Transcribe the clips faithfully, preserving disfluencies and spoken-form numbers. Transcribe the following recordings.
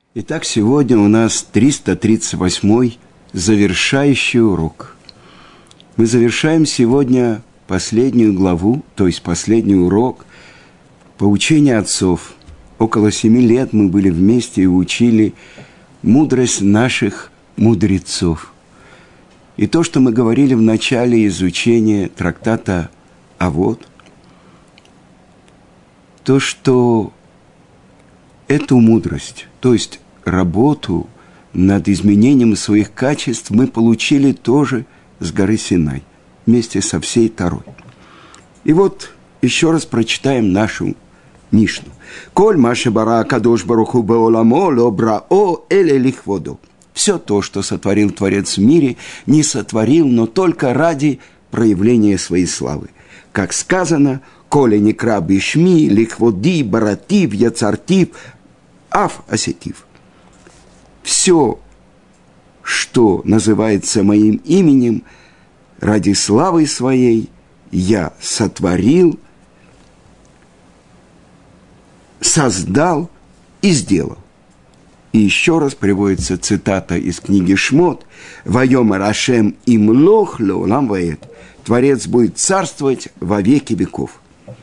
Итак, сегодня у нас триста тридцать восьмой завершающий урок. Мы завершаем сегодня последнюю главу, то есть последний урок поучения отцов. Около семи лет мы были вместе и учили мудрость наших мудрецов. И то, что мы говорили в начале изучения трактата Авот, то, что эту мудрость, то есть работу над изменением своих качеств мы получили тоже с горы Синай, вместе со всей Торой. И вот еще раз прочитаем нашу Мишну. «Коль маше бара кадош баруху беоламо ло брао эле лихводо». Все то, что сотворил Творец в мире, не сотворил, но только ради проявления своей славы. Как сказано, «Коле некра бишми лихводи баратив яцартив аф асетив». Все, что называется моим именем, ради славы своей я сотворил, создал и сделал. И еще раз приводится цитата из книги Шмот: «Вайомар Ашем имлох леолам ваэд». Творец будет царствовать во веки веков.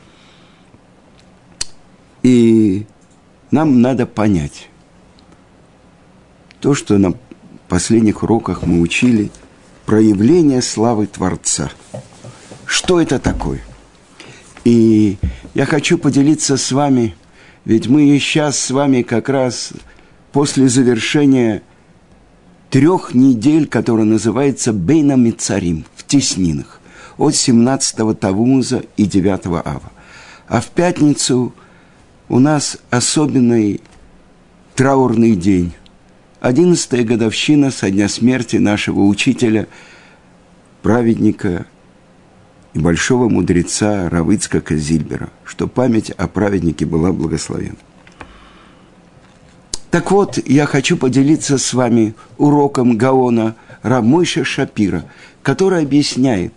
И нам надо понять то, что на последних уроках мы учили, проявление славы Творца. Что это такое? И я хочу поделиться с вами, ведь мы сейчас с вами как раз после завершения трех недель, которая называется Бейна Мицарим, в теснинах, от семнадцатого Тавуза и девятого Ава. А в пятницу у нас особенный траурный день. Одиннадцатая годовщина со дня смерти нашего учителя, праведника и большого мудреца Рав Ицхака Зильбера, что память о праведнике была благословена. Так вот, я хочу поделиться с вами уроком Гаона Рав Мойше Шапира, который объясняет,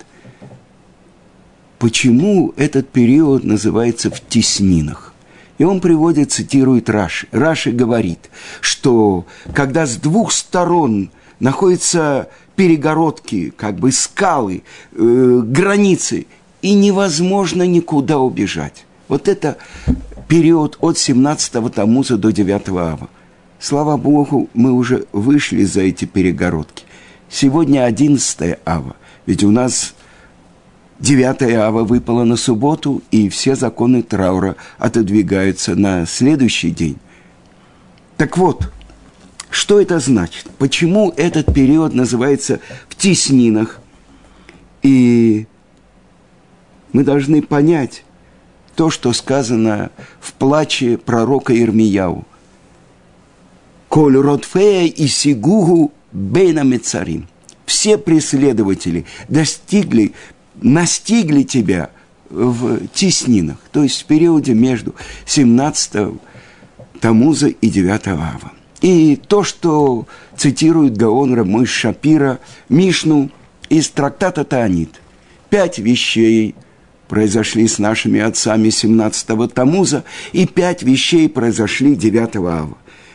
почему этот период называется в теснинах. И он приводит, цитирует Раши. Раши говорит, что когда с двух сторон находятся перегородки, как бы скалы, э, границы, и невозможно никуда убежать. Вот это период от семнадцатого Тамуза до девятого Ава. Слава Богу, мы уже вышли за эти перегородки. Сегодня одиннадцатое Ава, ведь у нас девятое Ава выпало на субботу, и все законы траура отодвигаются на следующий день. Так вот, что это значит? Почему этот период называется в теснинах? И мы должны понять то, что сказано в плаче пророка Ирмияу. «Коль ротфея и сигугу бейна мецарим». Все преследователи достигли настигли тебя в теснинах, то есть в периоде между семнадцатого Тамуза и девятого Ава. И то, что цитирует Гаон Рав Мойше Шапира, Мишну из трактата Таанит. Пять вещей произошли с нашими отцами семнадцатого Тамуза, и пять вещей произошли девятого Ава.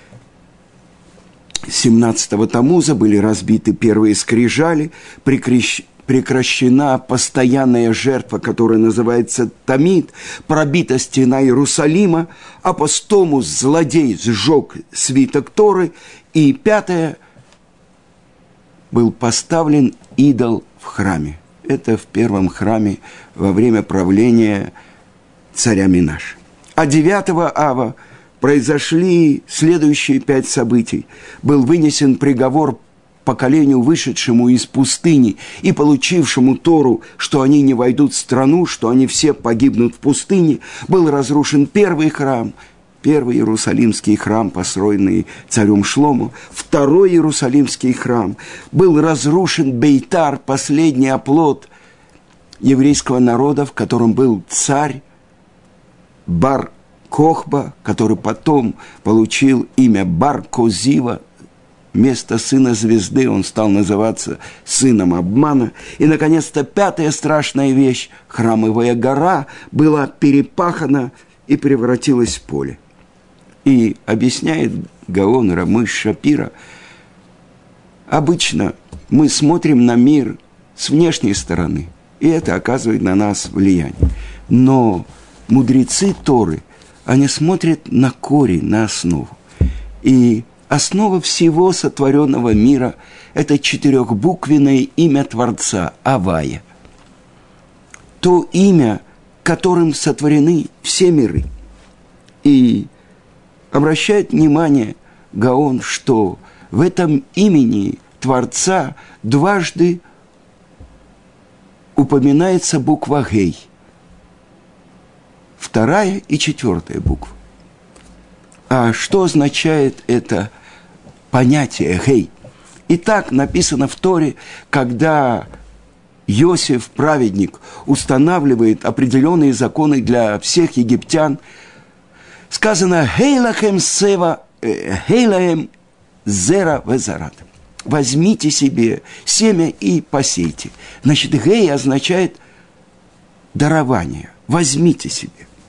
семнадцатого Тамуза были разбиты первые скрижали, прикрещены, прекращена постоянная жертва, которая называется Тамид, пробита стена Иерусалима, апостомус, злодей, сжег свиток Торы, и пятое, был поставлен идол в храме. Это в первом храме во время правления царя Минаша. А девятого Ава произошли следующие пять событий. Был вынесен приговор поколению, вышедшему из пустыни и получившему Тору, что они не войдут в страну, что они все погибнут в пустыне. Был разрушен первый храм, первый Иерусалимский храм, построенный царем Шломо. Второй Иерусалимский храм. Был разрушен Бейтар, последний оплот еврейского народа, в котором был царь Бар-Кохба, который потом получил имя Бар-Козива. Вместо сына звезды он стал называться сыном обмана. И, наконец-то, пятая страшная вещь – храмовая гора была перепахана и превратилась в поле. И объясняет Гаон Рамыш Шапира, обычно мы смотрим на мир с внешней стороны, и это оказывает на нас влияние. Но мудрецы Торы, они смотрят на корень, на основу. И основа всего сотворенного мира – это четырехбуквенное имя Творца – Авая. То имя, которым сотворены все миры. И обращает внимание Гаон, что в этом имени Творца дважды упоминается буква Гей. Вторая и четвертая буква. А что означает это понятие Гей? Итак, написано в Торе, когда Иосиф, праведник, устанавливает определенные законы для всех египтян, сказано «Хейлахем сева, хейлахем зера везарат». Возьмите себе семя и посейте. Значит, гей означает дарование. Возьмите себе.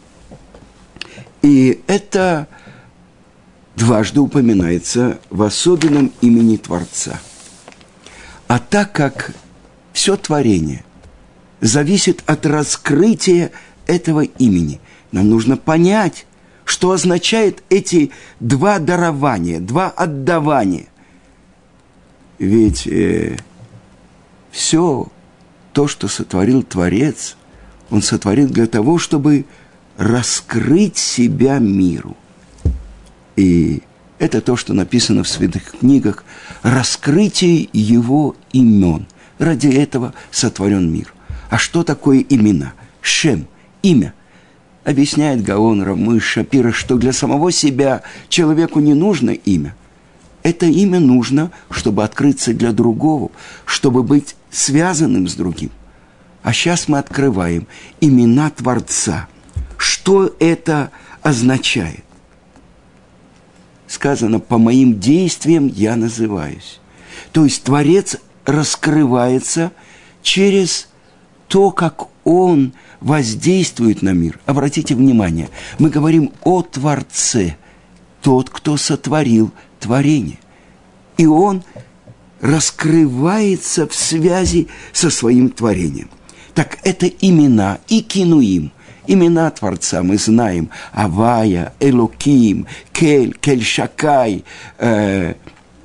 И это дважды упоминается в особенном имени Творца. А так как все творение зависит от раскрытия этого имени, нам нужно понять, что означает эти два дарования, два отдавания. Ведь э, все то, что сотворил Творец, Он сотворил для того, чтобы раскрыть себя миру. И это то, что написано в святых книгах, раскрытие Его имен. Ради этого сотворен мир. А что такое имена? Шем, имя. Объясняет Гаон Рамыш Шапира, что для самого себя человеку не нужно имя. Это имя нужно, чтобы открыться для другого, чтобы быть связанным с другим. А сейчас мы открываем имена Творца. Что это означает? Сказано, по моим действиям я называюсь. То есть Творец раскрывается через то, как Он воздействует на мир. Обратите внимание, мы говорим о Творце, тот, кто сотворил творение. И Он раскрывается в связи со своим творением. Так это имена и кинуим. Имена Творца мы знаем. Авая, Элоким, Кель, Кель-Шакай. Э,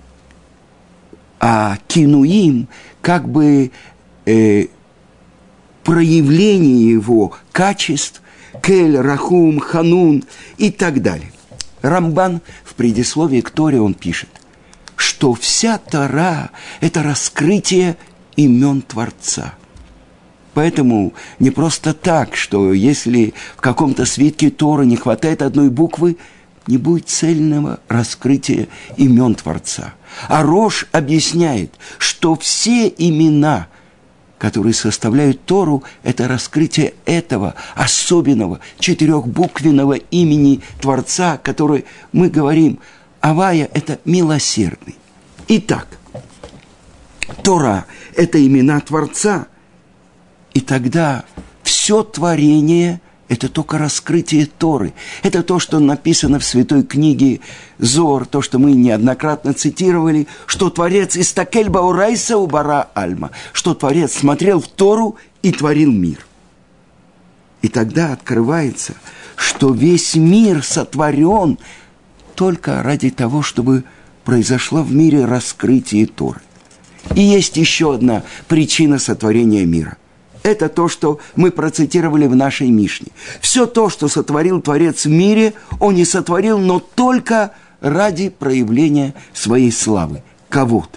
а кинуим как бы э, проявление его качеств, Кель, Рахум, Ханун и так далее. Рамбан в предисловии к Торе он пишет, что вся Тора – это раскрытие имен Творца. Поэтому не просто так, что если в каком-то свитке Торы не хватает одной буквы, не будет цельного раскрытия имен Творца. А Рош объясняет, что все имена, которые составляют Тору, это раскрытие этого особенного четырехбуквенного имени Творца, который мы говорим, Авая – это милосердный. Итак, Тора – это имена Творца, и тогда все творение – это только раскрытие Торы. Это то, что написано в святой книге Зоар, то, что мы неоднократно цитировали, что Творец «Истакель баурайса убара альма», что Творец смотрел в Тору и творил мир. И тогда открывается, что весь мир сотворен только ради того, чтобы произошло в мире раскрытие Торы. И есть еще одна причина сотворения мира. Это то, что мы процитировали в нашей Мишне. Все то, что сотворил Творец в мире, Он не сотворил, но только ради проявления своей славы. Кого-то.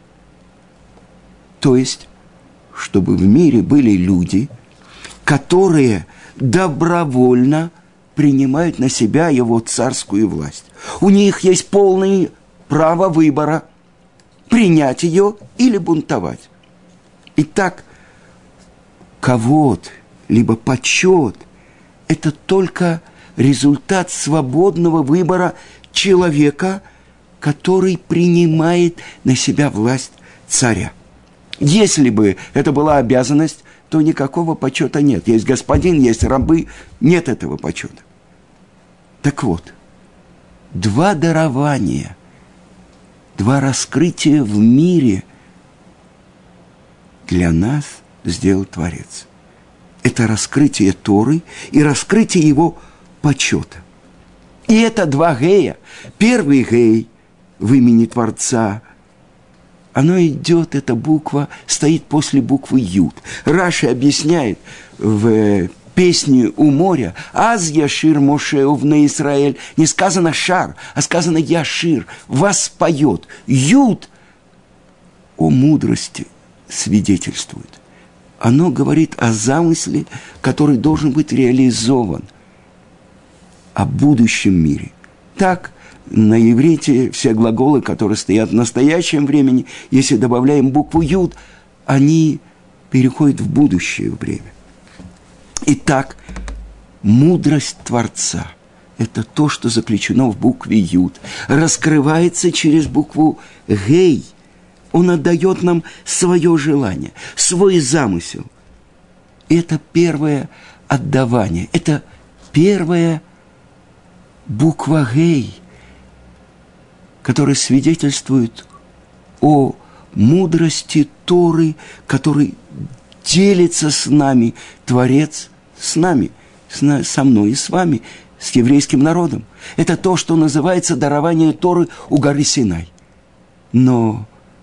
То есть, чтобы в мире были люди, которые добровольно принимают на себя Его царскую власть. У них есть полное право выбора принять ее или бунтовать. Итак, кавод, либо почет – это только результат свободного выбора человека, который принимает на себя власть царя. Если бы это была обязанность, то никакого почета нет. Есть господин, есть рабы, нет этого почета. Так вот, два дарования, два раскрытия в мире для нас сделал Творец. Это раскрытие Торы и раскрытие его почета. И это два гея. Первый гей в имени Творца, оно идет, эта буква стоит после буквы Юд. Раши объясняет в песне у моря «Аз яшир Моше увне Исраэль». Не сказано «шар», а сказано «яшир». Вас поет. Юд о мудрости свидетельствует. Оно говорит о замысле, который должен быть реализован, о будущем мире. Так, на иврите все глаголы, которые стоят в настоящем времени, если добавляем букву «юд», они переходят в будущее время. Итак, мудрость Творца – это то, что заключено в букве «юд», раскрывается через букву «гей». Он отдает нам свое желание, свой замысел. Это первое отдавание, это первая буква «гей», которая свидетельствует о мудрости Торы, который делится с нами, Творец с нами, с, со мной и с вами, с еврейским народом. Это то, что называется дарование Торы у горы Синай. Но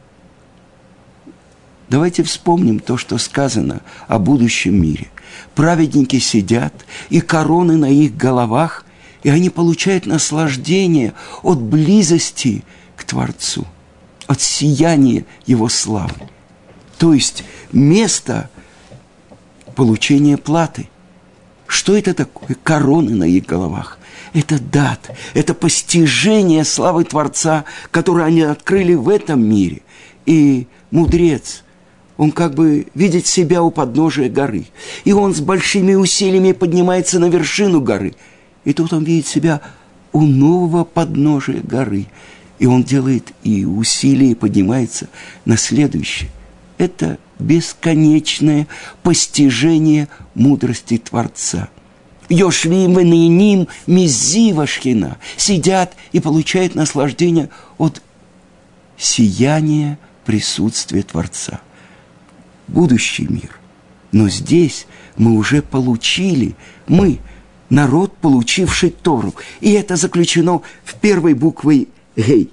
давайте вспомним то, что сказано о будущем мире. Праведники сидят, и короны на их головах, и они получают наслаждение от близости к Творцу, от сияния Его славы. То есть место получения платы. Что это такое? Короны на их головах. Это дат, это постижение славы Творца, которое они открыли в этом мире. И мудрец, он как бы видит себя у подножия горы. И он с большими усилиями поднимается на вершину горы. И тут он видит себя у нового подножия горы. И он делает и усилия, и поднимается на следующее. Это бесконечное постижение мудрости Творца. Йошвим венейним мизива шхина. Сидят и получают наслаждение от сияния присутствия Творца. Будущий мир. Но здесь мы уже получили, мы, народ, получивший Тору. И это заключено в первой букве «гей».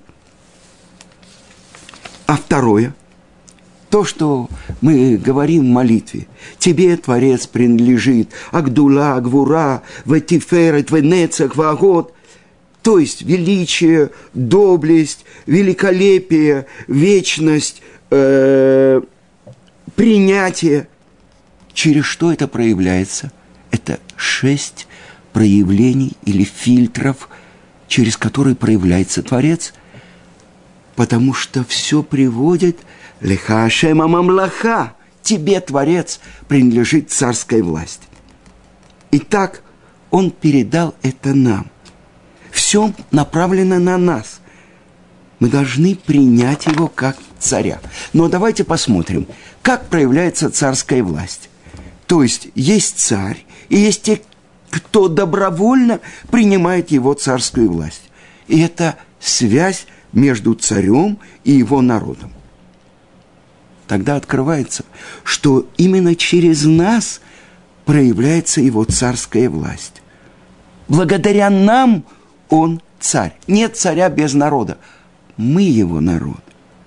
А второе, то, что мы говорим в молитве, «Тебе, Творец, принадлежит Агдула, Агвура, Ветиферет, Венецах, Вагот», то есть величие, доблесть, великолепие, вечность, э, принятие. Через что это проявляется? Это шесть проявлений или фильтров, через которые проявляется Творец, потому что все приводит «Леха Ашем амамлаха», тебе, Творец, принадлежит царская власть. Итак, Он передал это нам. Все направлено на нас. Мы должны принять Его как царя. Но давайте посмотрим, как проявляется царская власть. То есть, есть царь, и есть те, кто добровольно принимает его царскую власть. И это связь между царем и его народом. Тогда открывается, что именно через нас проявляется его царская власть. Благодаря нам он царь. Нет царя без народа. Мы его народ.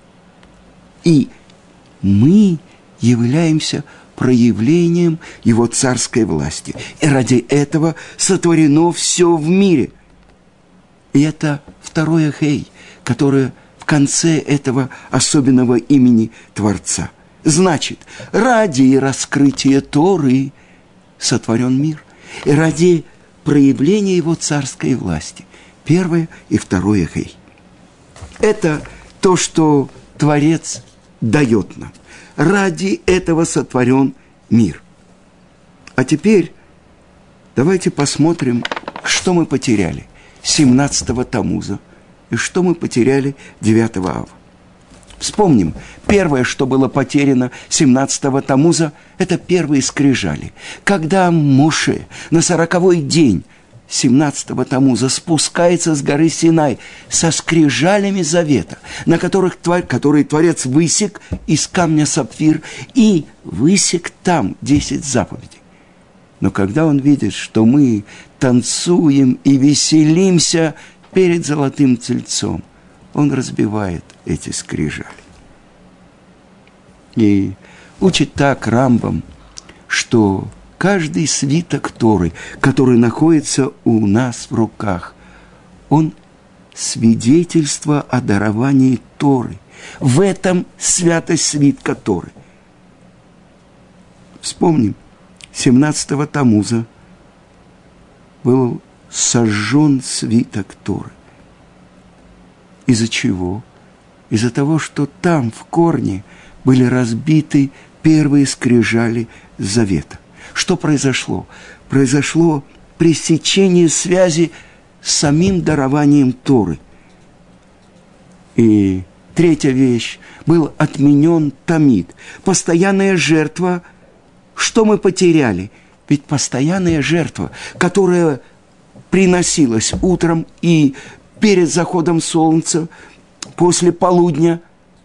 И мы являемся проявлением его царской власти. И ради этого сотворено все в мире. И это второе «гей», которое в конце этого особенного имени Творца. Значит, ради раскрытия Торы сотворен мир. И ради проявления его царской власти. Первое и второе «гей». Это то, что Творец дает нам. Ради этого сотворен мир. А теперь давайте посмотрим, что мы потеряли семнадцатого Тамуза и что мы потеряли девятого Ава. Вспомним, первое, что было потеряно семнадцатого Тамуза, это первые скрижали. Когда Моше на сороковой день семнадцатого Тамуза спускается с горы Синай со скрижалями завета, на которых, которые Творец высек из камня сапфир и высек там десять заповедей. Но когда он видит, что мы танцуем и веселимся перед золотым тельцом, он разбивает эти скрижали. И учит так Рамбам, что каждый свиток Торы, который находится у нас в руках, он свидетельство о даровании Торы. В этом святость свитка Торы. Вспомним, семнадцатого Тамуза был сожжен свиток Торы. Из-за чего? Из-за того, что там, в корне, были разбиты первые скрижали завета. Что произошло? Произошло пресечение связи с самим дарованием Торы. И третья вещь. Был отменен тамид. Постоянная жертва. Что мы потеряли? Ведь постоянная жертва, которая приносилась утром и перед заходом солнца, после полудня,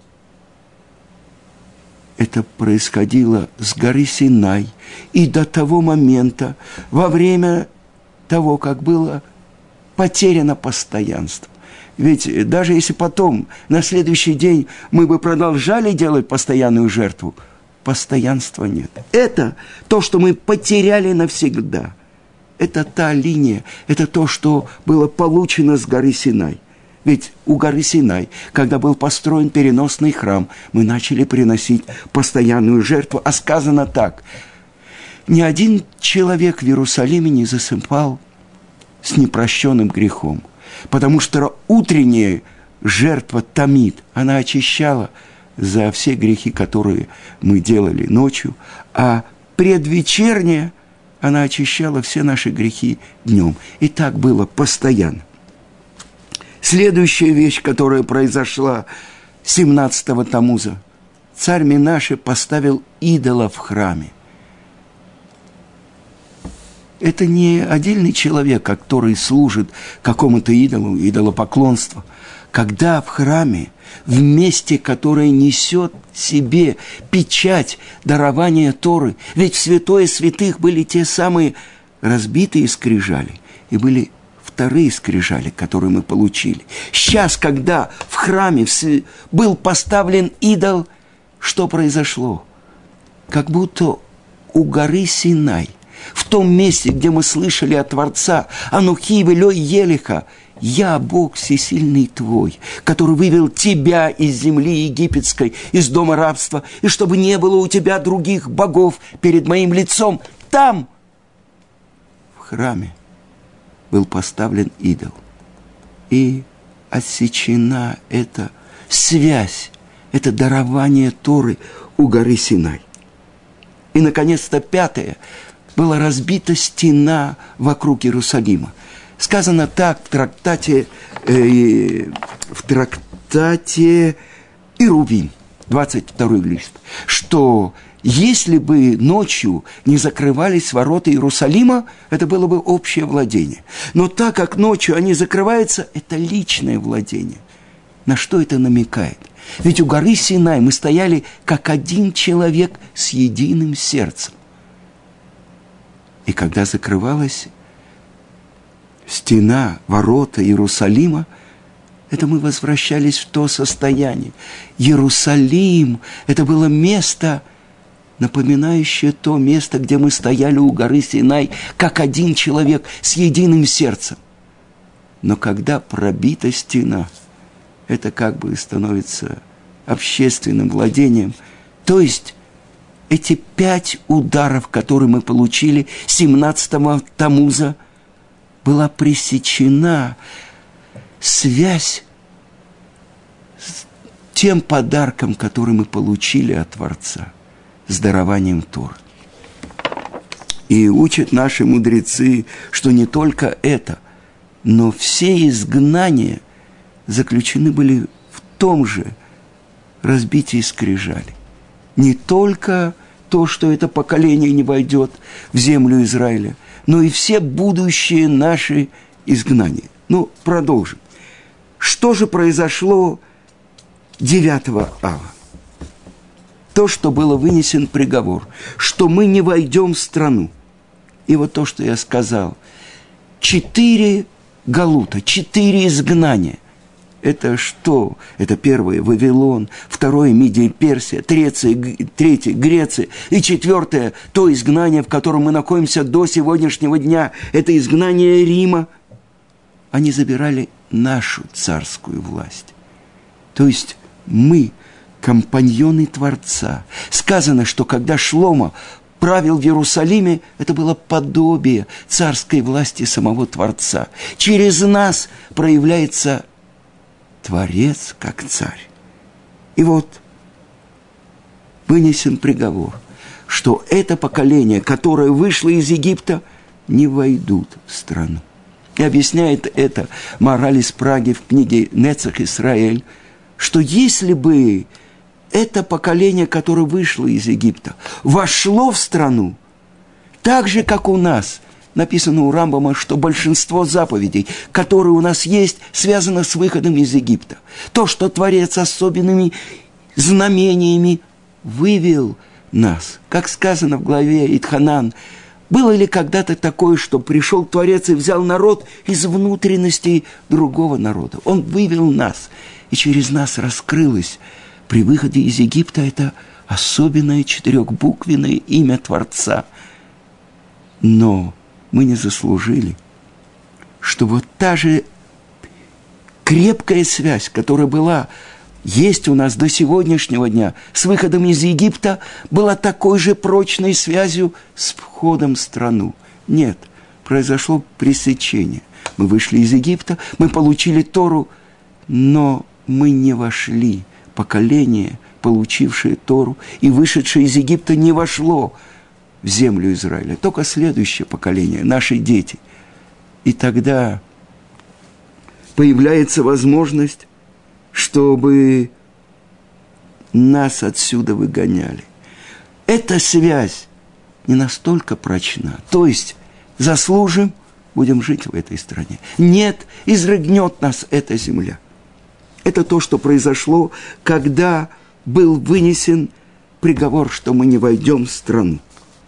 это происходило с горы Синай и до того момента, во время того, как было потеряно постоянство. Ведь даже если потом, на следующий день, мы бы продолжали делать постоянную жертву, постоянства нет. Это то, что мы потеряли навсегда. Это та линия, это то, что было получено с горы Синай. Ведь у горы Синай, когда был построен переносный храм, мы начали приносить постоянную жертву. А сказано так: ни один человек в Иерусалиме не засыпал с непрощенным грехом, потому что утренняя жертва тамид, она очищала за все грехи, которые мы делали ночью, а предвечерняя, она очищала все наши грехи днем. И так было постоянно. Следующая вещь, которая произошла семнадцатого Тамуза. Царь Менаше поставил идола в храме. Это не отдельный человек, который служит какому-то идолу, идолопоклонству. Когда в храме, в месте, которое несет в себе печать дарования Торы, ведь в святое святых были те самые разбитые скрижали, и были вторые скрижали, которые мы получили. Сейчас, когда в храме был поставлен идол, что произошло? Как будто у горы Синай, в том месте, где мы слышали от Творца «Анухи велё елиха», «Я, Бог всесильный твой, который вывел тебя из земли египетской, из дома рабства, и чтобы не было у тебя других богов перед моим лицом». Там, в храме, был поставлен идол. И отсечена эта связь, это дарование Торы у горы Синай. И, наконец-то, пятое, была разбита стена вокруг Иерусалима. Сказано так в трактате, э, в трактате Ирувим, двадцать второй лист, что если бы ночью не закрывались ворота Иерусалима, это было бы общее владение. Но так как ночью они закрываются, это личное владение. На что это намекает? Ведь у горы Синай мы стояли как один человек с единым сердцем. И когда закрывалась стена, ворота Иерусалима, это мы возвращались в то состояние. Иерусалим – это было место, напоминающее то место, где мы стояли у горы Синай, как один человек с единым сердцем. Но когда пробита стена, это как бы становится общественным владением. То есть эти пять ударов, которые мы получили семнадцатого Тамуза, была пресечена связь с тем подарком, который мы получили от Творца, с дарованием Торы. И учат наши мудрецы, что не только это, но все изгнания заключены были в том же разбитии скрижали. Не только то, что это поколение не войдет в землю Израиля, но и все будущие наши изгнания. Ну, продолжим. Что же произошло девятого ава? То, что было вынесен приговор, что мы не войдем в страну. И вот то, что я сказал. Четыре галута, четыре изгнания. Это что? Это первое – Вавилон, второе – Мидия и Персия, третье, третье – Греция, и четвертое – то изгнание, в котором мы находимся до сегодняшнего дня. Это изгнание Рима. Они забирали нашу царскую власть. То есть мы – компаньоны Творца. Сказано, что когда Шломо правил в Иерусалиме, это было подобие царской власти самого Творца. Через нас проявляется Творец как царь. И вот вынесен приговор, что это поколение, которое вышло из Египта, не войдут в страну. И объясняет это Маораль из Праги в книге «Нецах Исраэль», что если бы это поколение, которое вышло из Египта, вошло в страну, так же, как у нас, написано у Рамбама, что большинство заповедей, которые у нас есть, связано с выходом из Египта. То, что Творец особенными знамениями вывел нас. Как сказано в главе Итханан, было ли когда-то такое, что пришел Творец и взял народ из внутренностей другого народа? Он вывел нас, и через нас раскрылось при выходе из Египта это особенное четырехбуквенное имя Творца. Но мы не заслужили, что вот та же крепкая связь, которая была, есть у нас до сегодняшнего дня, с выходом из Египта, была такой же прочной связью с входом в страну. Нет, произошло пресечение. Мы вышли из Египта, мы получили Тору, но мы не вошли. Поколение, получившее Тору и вышедшее из Египта, не вошло в землю Израиля. Только следующее поколение, наши дети. И тогда появляется возможность, чтобы нас отсюда выгоняли. Эта связь не настолько прочна. То есть заслужим, будем жить в этой стране. Нет, изрыгнет нас эта земля. Это то, что произошло, когда был вынесен приговор, что мы не войдем в страну.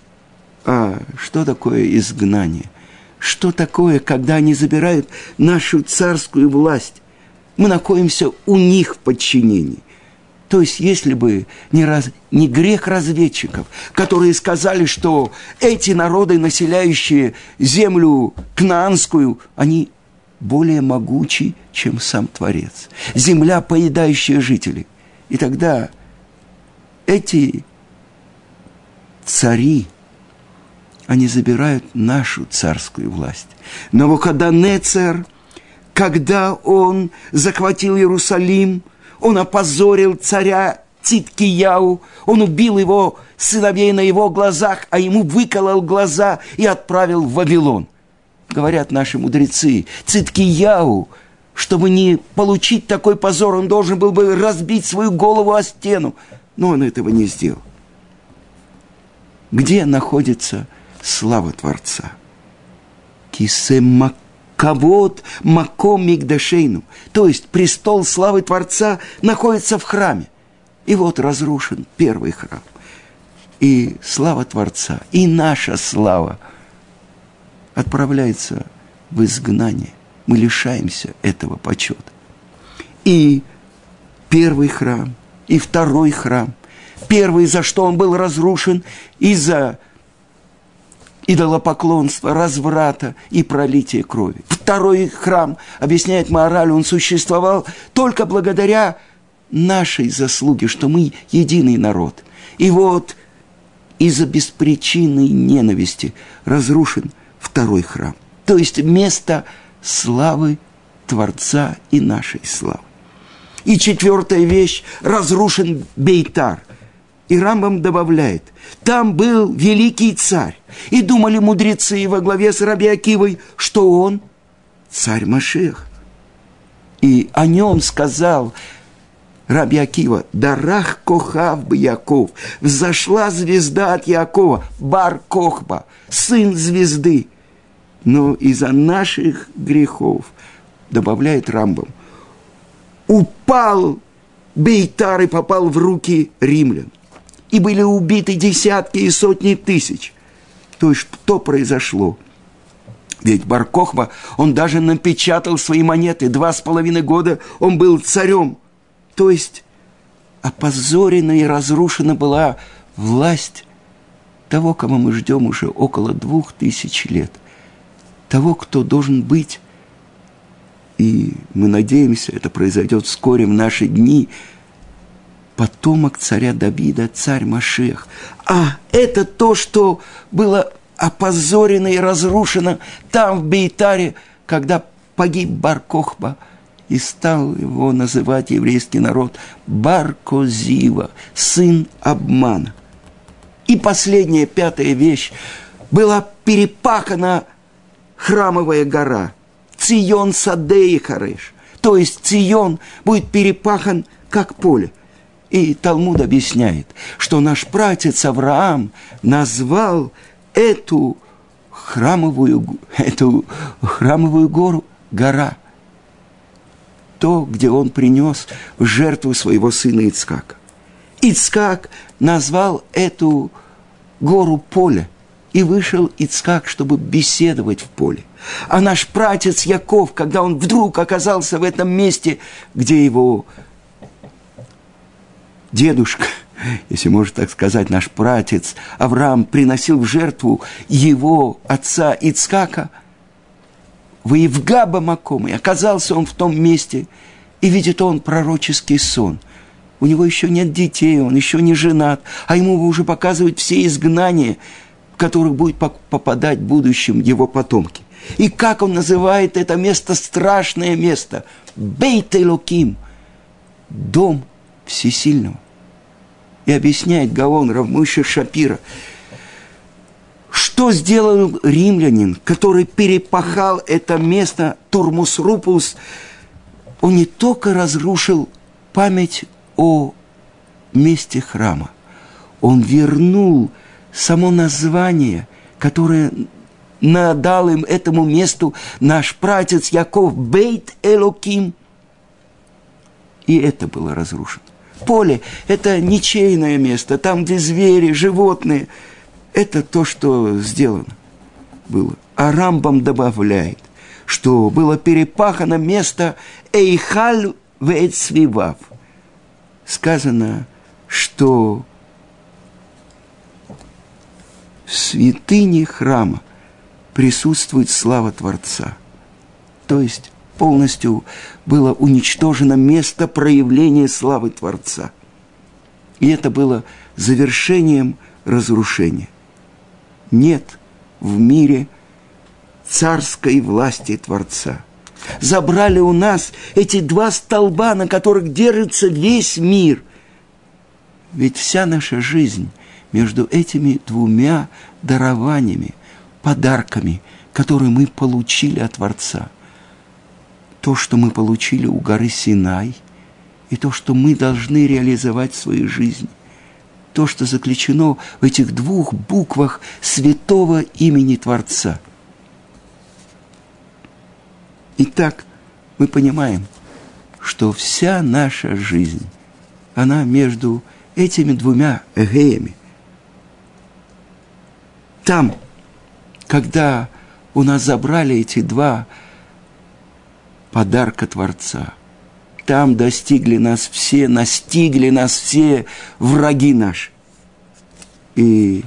А что такое изгнание? Что такое, когда они забирают нашу царскую власть? Мы находимся у них в подчинении. То есть, если бы не, раз, не грех разведчиков, которые сказали, что эти народы, населяющие землю кнаанскую, они более могучий, чем сам Творец. Земля, поедающая жителей. И тогда эти цари, они забирают нашу царскую власть. Навуходоносор, когда он захватил Иерусалим, он опозорил царя Циткияу, он убил его сыновей на его глазах, а ему выколол глаза и отправил в Вавилон. Говорят наши мудрецы, Циткияу, чтобы не получить такой позор, он должен был бы разбить свою голову о стену. Но он этого не сделал. Где находится слава Творца? Кисемакавод маком мигдашейну. То есть престол славы Творца находится в храме. И вот разрушен первый храм. И слава Творца, и наша слава отправляется в изгнание. Мы лишаемся этого почета. И первый храм, и второй храм. Первый, за что он был разрушен, из-за идолопоклонства, разврата и пролития крови. Второй храм, объясняет Маораль, он существовал только благодаря нашей заслуге, что мы единый народ. И вот из-за беспричинной ненависти разрушен второй храм. То есть место славы Творца и нашей славы. И четвертая вещь, разрушен Бейтар. И Рамбам добавляет, там был великий царь. И думали мудрецы во главе с Раби Акивой, что он царь Машиах. И о нем сказал Раби Акива, дарах кохав бы Яков, взошла звезда от Якова, бар Кохба, сын звезды. Но из-за наших грехов, добавляет Рамбам, упал Бейтар и попал в руки римлян. И были убиты десятки и сотни тысяч. То есть, что произошло? Ведь бар Кохба, он даже напечатал свои монеты. Два с половиной года он был царем. То есть, опозорена и разрушена была власть того, кого мы ждем уже около двух тысяч лет. Того, кто должен быть, и мы надеемся, это произойдет вскоре в наши дни, потомок царя Давида, царь Машиах. А это то, что было опозорено и разрушено там, в Бейтаре, когда погиб бар Кохба, и стал его называть еврейский народ Бар-Козива, сын обмана. И последняя, пятая вещь, была перепахана храмовая гора, Цион Садеи Хареш, то есть Цион будет перепахан, как поле. И Талмуд объясняет, что наш пратец Авраам назвал эту храмовую, эту храмовую гору гора, то, где он принес в жертву своего сына Ицхака. Ицхак назвал эту гору поле, и вышел Ицхак, чтобы беседовать в поле. А наш пратец Яков, когда он вдруг оказался в этом месте, где его дедушка, если можно так сказать, наш пратец Авраам приносил в жертву его отца Ицхака, Воевгаба Маком, и оказался он в том месте, и видит он пророческий сон. У него еще нет детей, он еще не женат, а ему уже показывают все изгнания, в которых будут попадать в будущем его потомки. И как он называет это место, страшное место, Бейт Элоким, дом Всесильного. И объясняет Гаон Рав Моше Шапира, что сделал римлянин, который перепахал это место, Турмус Рупус. Он не только разрушил память о месте храма, он вернул само название, которое надал им этому месту наш пратец Яков, Бейт Элоким. И это было разрушено. Поле – это ничейное место, там, где звери, животные. Это то, что сделано было. А Рамбам добавляет, что было перепахано место Эйхаль вэйцвивав. Сказано, что в святыне храма присутствует слава Творца. То есть полностью было уничтожено место проявления славы Творца. И это было завершением разрушения. Нет в мире царской власти Творца. Забрали у нас эти два столба, на которых держится весь мир. Ведь вся наша жизнь между этими двумя дарованиями, подарками, которые мы получили от Творца. То, что мы получили у горы Синай, и то, что мы должны реализовать в своей жизни. То, что заключено в этих двух буквах святого имени Творца. Итак, мы понимаем, что вся наша жизнь, она между этими двумя эгеями. Там, когда у нас забрали эти два подарка Творца, там достигли нас все, настигли нас все враги наши. И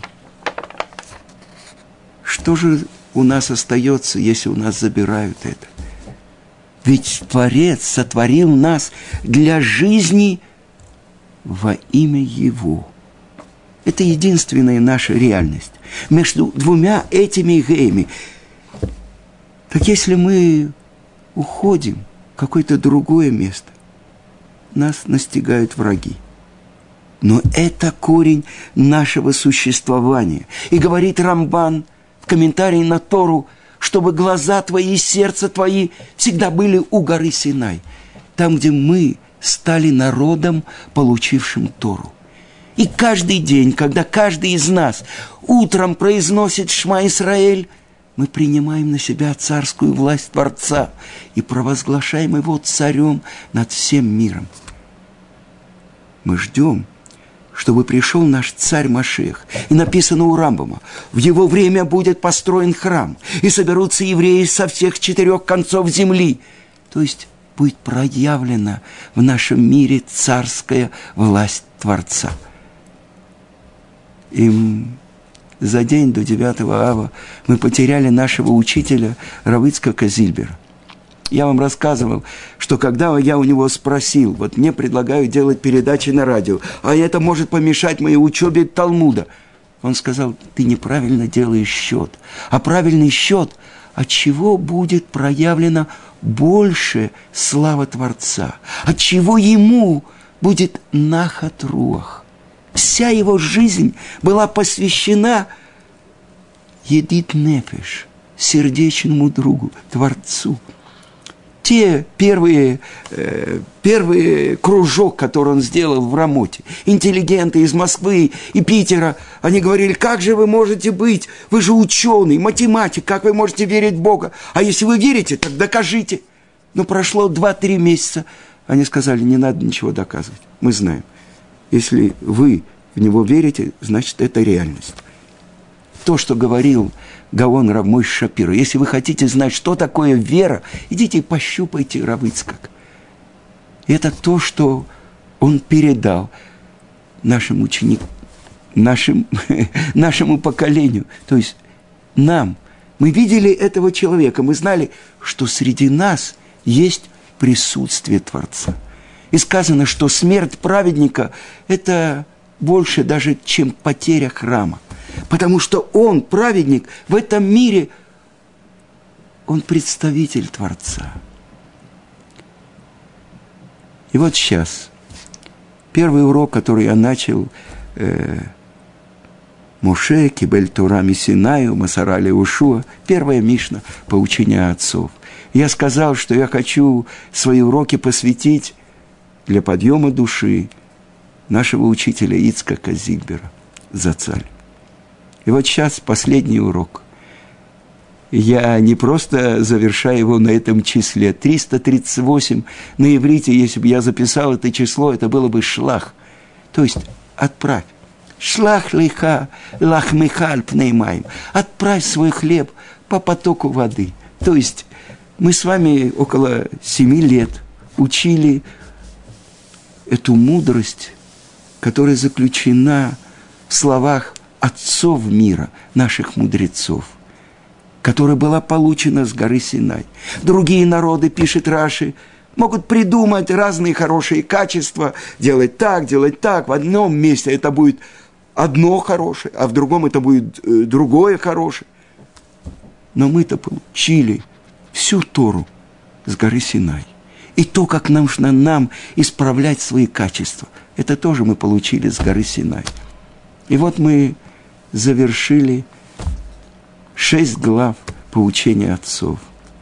что же у нас остается, если у нас забирают это? Ведь Творец сотворил нас для жизни во имя Его. Это единственная наша реальность. Между двумя этими геями. Так если мы уходим в какое-то другое место, нас настигают враги. Но это корень нашего существования. И говорит Рамбан в комментарии на Тору, чтобы глаза твои и сердце твои всегда были у горы Синай, там, где мы стали народом, получившим Тору. И каждый день, когда каждый из нас утром произносит «Шма Исраэль», мы принимаем на себя царскую власть Творца и провозглашаем его царем над всем миром. Мы ждем, чтобы пришел наш царь Машиах. И написано у Рамбама: в его время будет построен храм, и соберутся евреи со всех четырех концов земли. То есть будет проявлена в нашем мире царская власть Творца. И за день до девятого ава мы потеряли нашего учителя Рав Ицхака Зильбера. Я вам рассказывал, что когда я у него спросил, вот мне предлагают делать передачи на радио, а это может помешать моей учебе Талмуда. Он сказал: ты неправильно делаешь счет. А правильный счет, от чего будет проявлена больше слава Творца, от чего ему будет нахат руах. Вся его жизнь была посвящена едит нефеш, сердечному другу, Творцу. Те первые, э, первый кружок, который он сделал в Рамоте, интеллигенты из Москвы и Питера, они говорили: как же вы можете быть, вы же ученый, математик, как вы можете верить в Бога? А если вы верите, так докажите. Но прошло два-три месяца, они сказали: не надо ничего доказывать, мы знаем. Если вы в него верите, значит, это реальность. То, что говорил Гаон Рав Мойше Шапиро. Если вы хотите знать, что такое вера, идите и пощупайте Рав Ицхак. Это то, что он передал нашим ученикам, нашим, нашему поколению. То есть нам. Мы видели этого человека, мы знали, что среди нас есть присутствие Творца. И сказано, что смерть праведника – это больше даже, чем потеря храма. Потому что он, праведник, в этом мире, он представитель Творца. И вот сейчас, первый урок, который я начал, э, Моше, Кибель Тора Мисинаю, Масарали Ушуа, первая Мишна, поучение отцов. Я сказал, что я хочу свои уроки посвятить для подъема души нашего учителя Ицхака Зильбера, Зацаль. И вот сейчас последний урок. Я не просто завершаю его на этом числе. триста тридцать восемь на иврите, если бы я записал это число, это было бы шлах. То есть отправь. Шлах лиха лахмиха аль пнеймаим. Отправь свой хлеб по потоку воды. То есть мы с вами около семи лет учили эту мудрость, которая заключена в словах отцов мира, наших мудрецов, которая была получена с горы Синай. Другие народы, пишет Раши, могут придумать разные хорошие качества, делать так, делать так. В одном месте это будет одно хорошее, а в другом это будет э, другое хорошее. Но мы-то получили всю Тору с горы Синай. И то, как нам нужно нам исправлять свои качества, это тоже мы получили с горы Синай. И вот мы завершили шесть глав поучения отцов.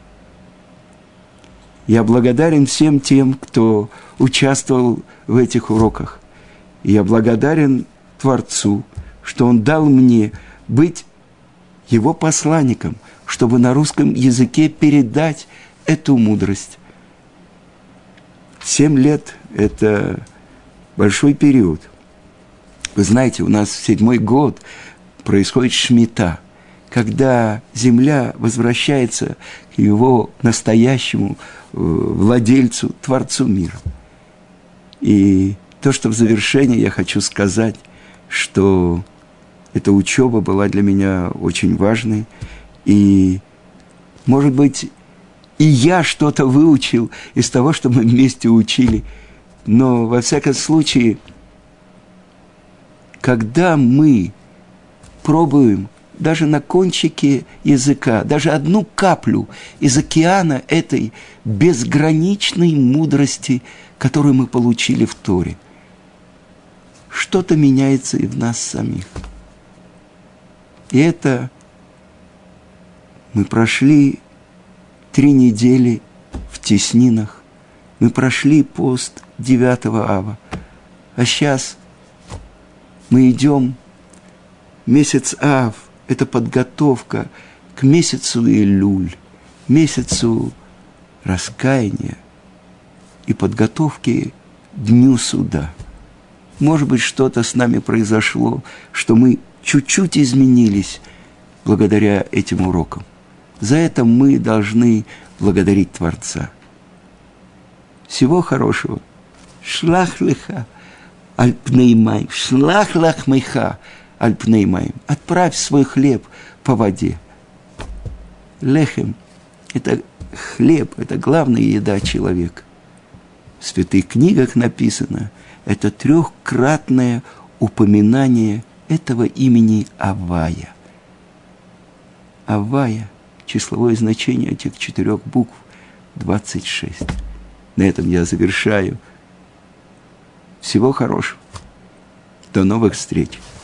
Я благодарен всем тем, кто участвовал в этих уроках. И я благодарен Творцу, что Он дал мне быть Его посланником, чтобы на русском языке передать эту мудрость. Семь лет – это большой период. Вы знаете, у нас в седьмой год происходит шмита, когда земля возвращается к его настоящему владельцу, Творцу мира. И то, что в завершении я хочу сказать, что эта учеба была для меня очень важной, и, может быть, и я что-то выучил из того, что мы вместе учили, но, во всяком случае, когда мы пробуем даже на кончике языка, даже одну каплю из океана этой безграничной мудрости, которую мы получили в Торе, что-то меняется и в нас самих. И это мы прошли три недели в теснинах, мы прошли пост девятого ава. А сейчас мы идем, месяц ав – это подготовка к месяцу Илюль, месяцу раскаяния и подготовки к Дню Суда. Может быть, что-то с нами произошло, что мы чуть-чуть изменились благодаря этим урокам. За это мы должны благодарить Творца. Всего хорошего. Шлах леха аль-пнеймаим. Шлах лахмейха аль-пнеймаим. Отправь свой хлеб по воде. Лехем – это хлеб, это главная еда человека. В святых книгах написано, это трехкратное упоминание этого имени Авая. Авая, числовое значение этих четырех букв – двадцать шесть. На этом я завершаю. Всего хорошего. До новых встреч.